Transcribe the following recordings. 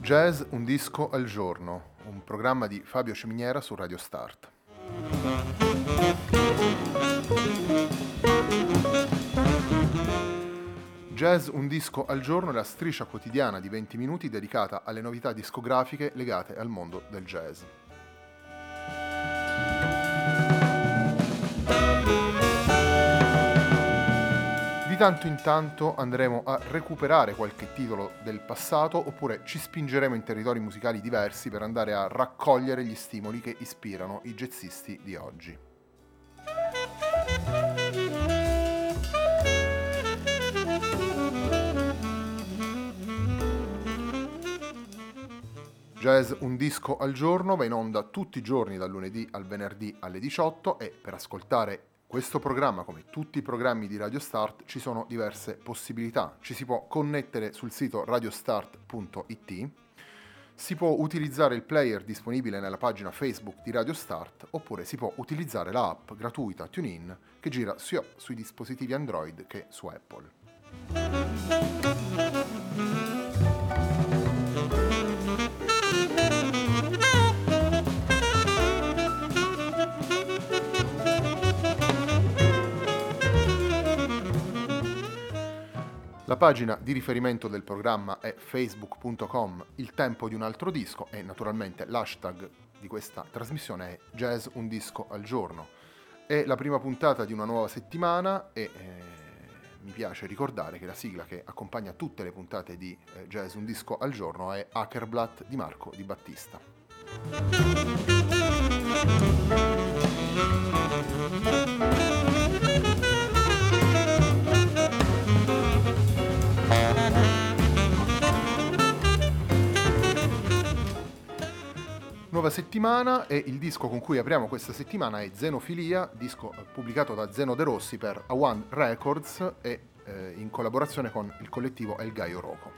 Jazz un disco al giorno, un programma di Fabio Ciminiera su Radio Start. Jazz un disco al giorno è la striscia quotidiana di 20 minuti dedicata alle novità discografiche legate al mondo del jazz. Di tanto in tanto andremo a recuperare qualche titolo del passato oppure ci spingeremo in territori musicali diversi per andare a raccogliere gli stimoli che ispirano i jazzisti di oggi. Jazz un disco al giorno va in onda tutti i giorni dal lunedì al venerdì alle 18 e per ascoltare questo programma, come tutti i programmi di Radio Start, ci sono diverse possibilità. Ci si può connettere sul sito radiostart.it, si può utilizzare il player disponibile nella pagina Facebook di Radio Start oppure si può utilizzare la app gratuita TuneIn che gira sia sui dispositivi Android che su Apple. La pagina di riferimento del programma è facebook.com il tempo di un altro disco e naturalmente l'hashtag di questa trasmissione è Jazz un disco al giorno. È la prima puntata di una nuova settimana e mi piace ricordare che la sigla che accompagna tutte le puntate di Jazz un disco al giorno è Hackerblatt di Marco Di Battista. Nuova settimana e il disco con cui apriamo questa settimana è Zenofilia, disco pubblicato da Zeno De Rossi per A1 Records e in collaborazione con il collettivo El Gaio Roco.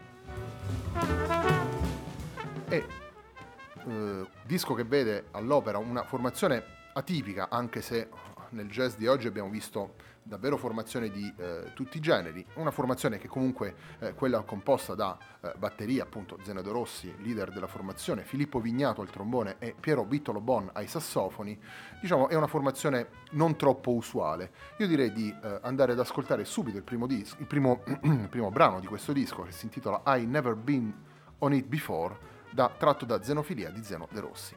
Disco che vede all'opera una formazione atipica, anche se nel jazz di oggi abbiamo visto davvero formazione di tutti i generi, una formazione che comunque quella composta da batteria, appunto Zeno De Rossi, leader della formazione, Filippo Vignato al trombone e Piero Vittolo Bon ai sassofoni, diciamo è una formazione non troppo usuale. Io direi di andare ad ascoltare subito il primo brano di questo disco che si intitola I Never Been On It Before, tratto da Zenofilia di Zeno De Rossi.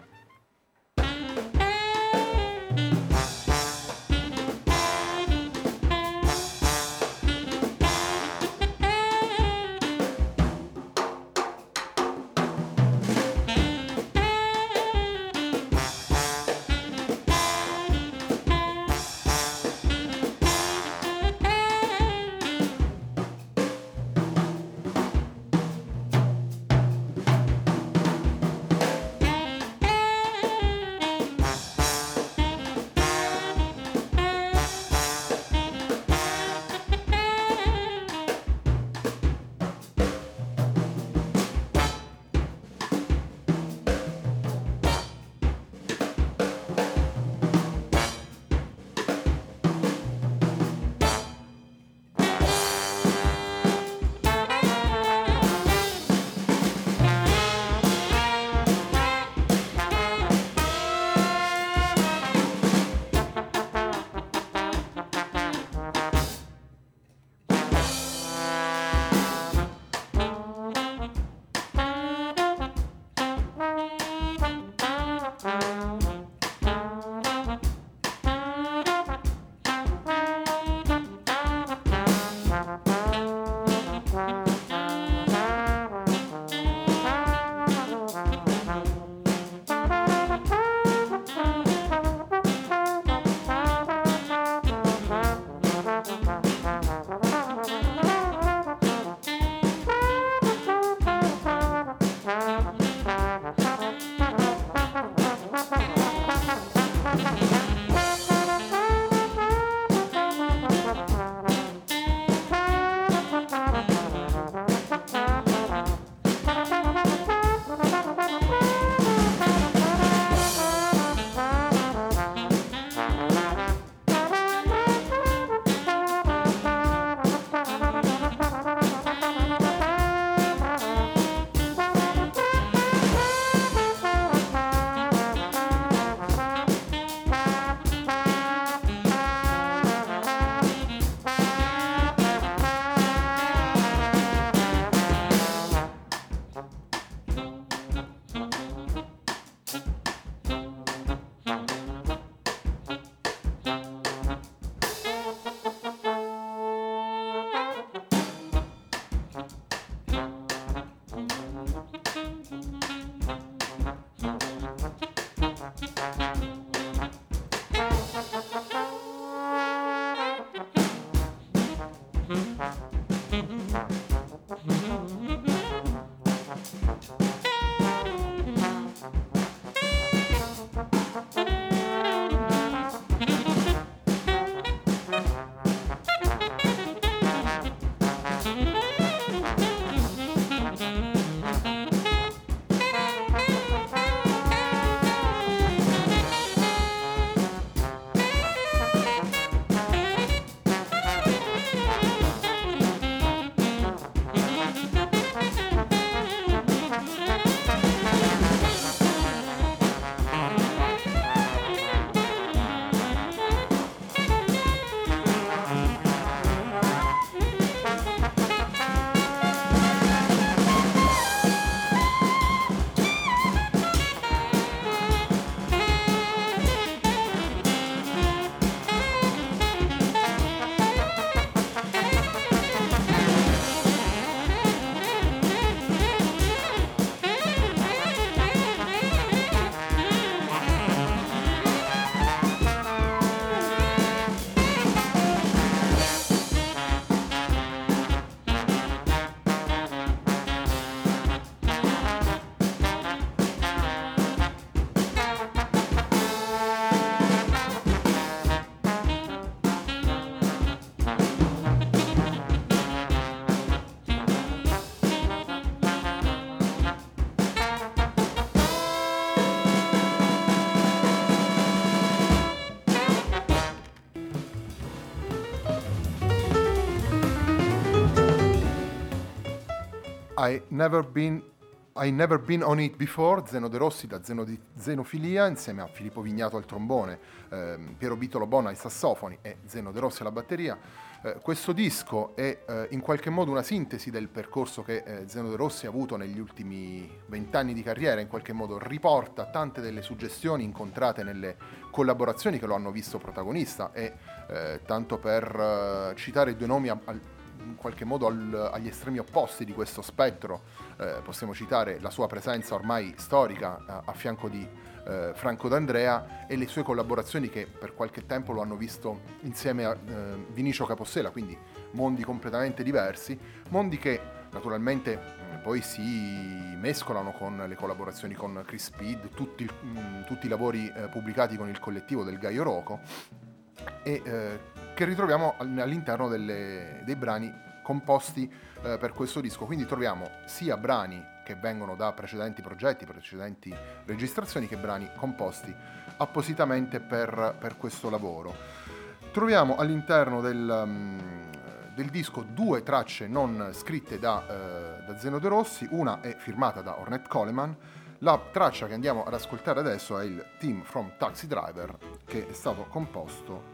I Never Been On It Before, Zeno De Rossi da Zeno di Zenofilia, insieme a Filippo Vignato al trombone, Piero Bitolo Bona ai sassofoni e Zeno De Rossi alla batteria. Questo disco è in qualche modo una sintesi del percorso che Zeno De Rossi ha avuto negli ultimi 20 anni di carriera, in qualche modo riporta tante delle suggestioni incontrate nelle collaborazioni che lo hanno visto protagonista e tanto per citare due nomi in qualche modo agli estremi opposti di questo spettro, possiamo citare la sua presenza ormai storica a fianco di Franco D'Andrea e le sue collaborazioni che per qualche tempo lo hanno visto insieme a Vinicio Capossela, quindi mondi completamente diversi, mondi che naturalmente poi si mescolano con le collaborazioni con Chris Speed, tutti i lavori pubblicati con il collettivo del Gaio Roco e che ritroviamo all'interno dei brani composti per questo disco. Quindi troviamo sia brani che vengono da precedenti progetti, precedenti registrazioni, che brani composti appositamente per questo lavoro. Troviamo all'interno del disco due tracce non scritte da Zeno De Rossi, una è firmata da Ornette Coleman. La traccia che andiamo ad ascoltare adesso è il Theme from Taxi Driver, che è stato composto,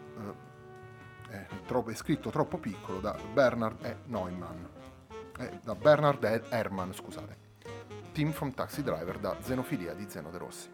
è scritto troppo piccolo, da Bernard Herrmann, scusate. Theme from Taxi Driver da Zenofilia di Zeno De Rossi.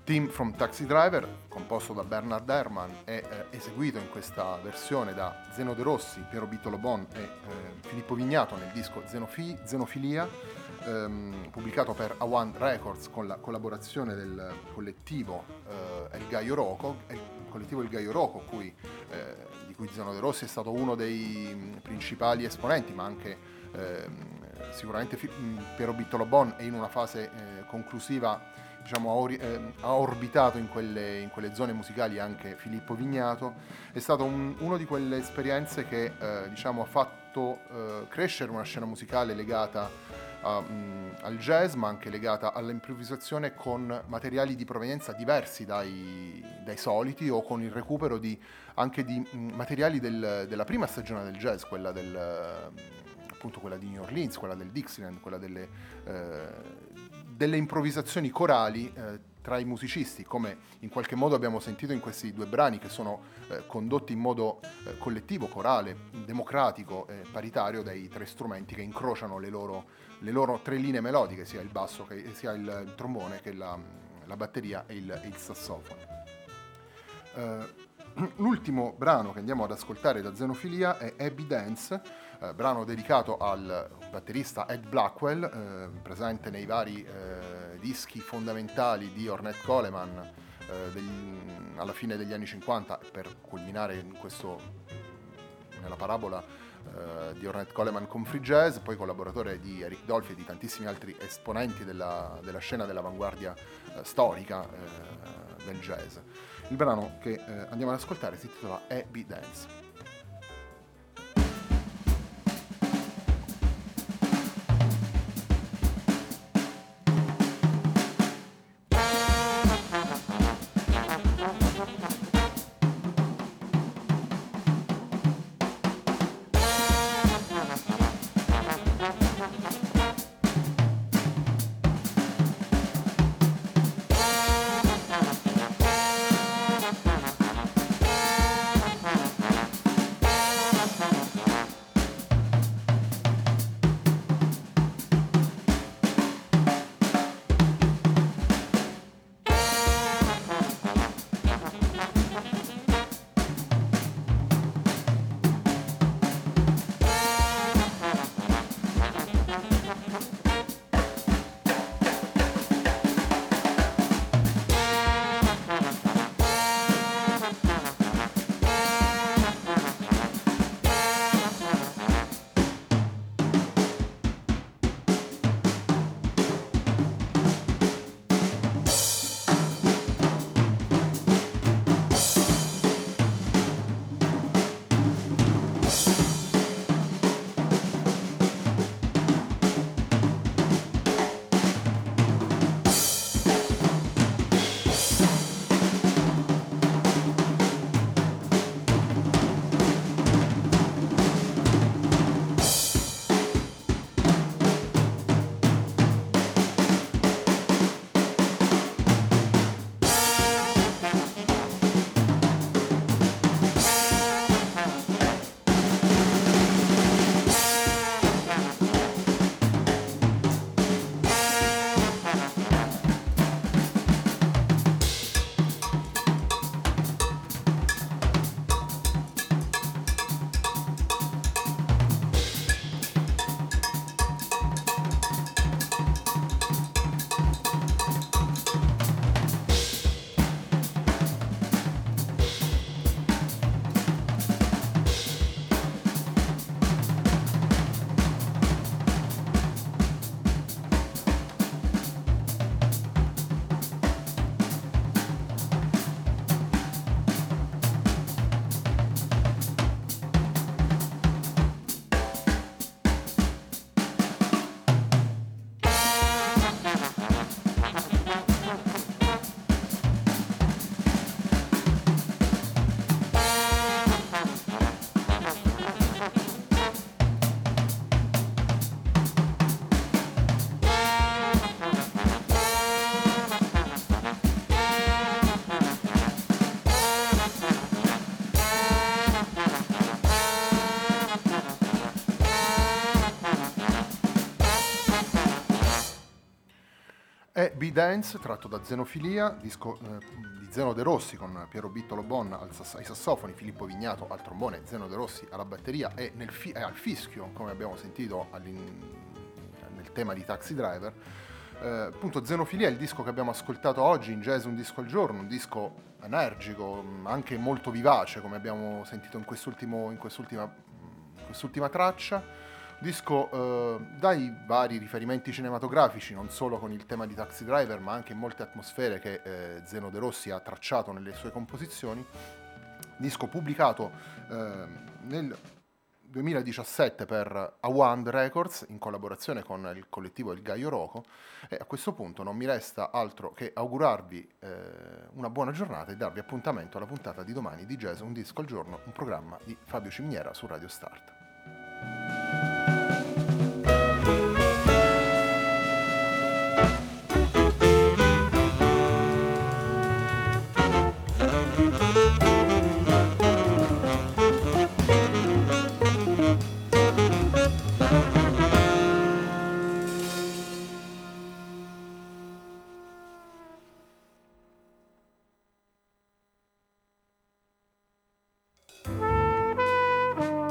Theme from Taxi Driver, composto da Bernard Herrmann e eseguito in questa versione da Zeno De Rossi, Piero Bittolo-Bon e Filippo Vignato nel disco Zenofilia, pubblicato per A1 Records con la collaborazione del collettivo El Gallo Roco, di cui Zeno De Rossi è stato uno dei principali esponenti, ma anche sicuramente Piero Bittolo-Bon è in una fase conclusiva, diciamo, ha orbitato in quelle zone musicali anche Filippo Vignato. È stato uno di quelle esperienze che diciamo, ha fatto crescere una scena musicale legata al jazz, ma anche legata all'improvvisazione con materiali di provenienza diversi dai soliti, o con il recupero anche di materiali della prima stagione del jazz, quella quella di New Orleans, quella del Dixieland, quella delle improvvisazioni corali tra i musicisti, come in qualche modo abbiamo sentito in questi due brani che sono condotti in modo collettivo, corale, democratico e paritario dai tre strumenti che incrociano le loro tre linee melodiche, sia il basso, sia il trombone, che la batteria e il sassofono. L'ultimo brano che andiamo ad ascoltare da Zenofilia è Happy Dance, brano dedicato al batterista Ed Blackwell, presente nei vari dischi fondamentali di Ornette Coleman alla fine degli anni 50, per culminare nella parabola di Ornette Coleman con Free Jazz, poi collaboratore di Eric Dolphy e di tantissimi altri esponenti della scena dell'avanguardia storica del jazz. Il brano che andiamo ad ascoltare si intitola Happy Dance. è B-Dance, tratto da Zenofilia, disco di Zeno De Rossi con Piero Bittolo Bon ai sassofoni, Filippo Vignato al trombone, Zeno De Rossi alla batteria e al fischio, come abbiamo sentito nel tema di Taxi Driver. Appunto, Zenofilia è il disco che abbiamo ascoltato oggi in Jazz Un Disco al Giorno, un disco energico, anche molto vivace, come abbiamo sentito in quest'ultima traccia. Disco dai vari riferimenti cinematografici, non solo con il tema di Taxi Driver, ma anche in molte atmosfere che Zeno De Rossi ha tracciato nelle sue composizioni. Disco pubblicato nel 2017 per Awand Records in collaborazione con il collettivo Il Gaio Roco, e a questo punto non mi resta altro che augurarvi una buona giornata e darvi appuntamento alla puntata di domani di Jazz Un Disco al Giorno, un programma di Fabio Ciminiera su Radio Start.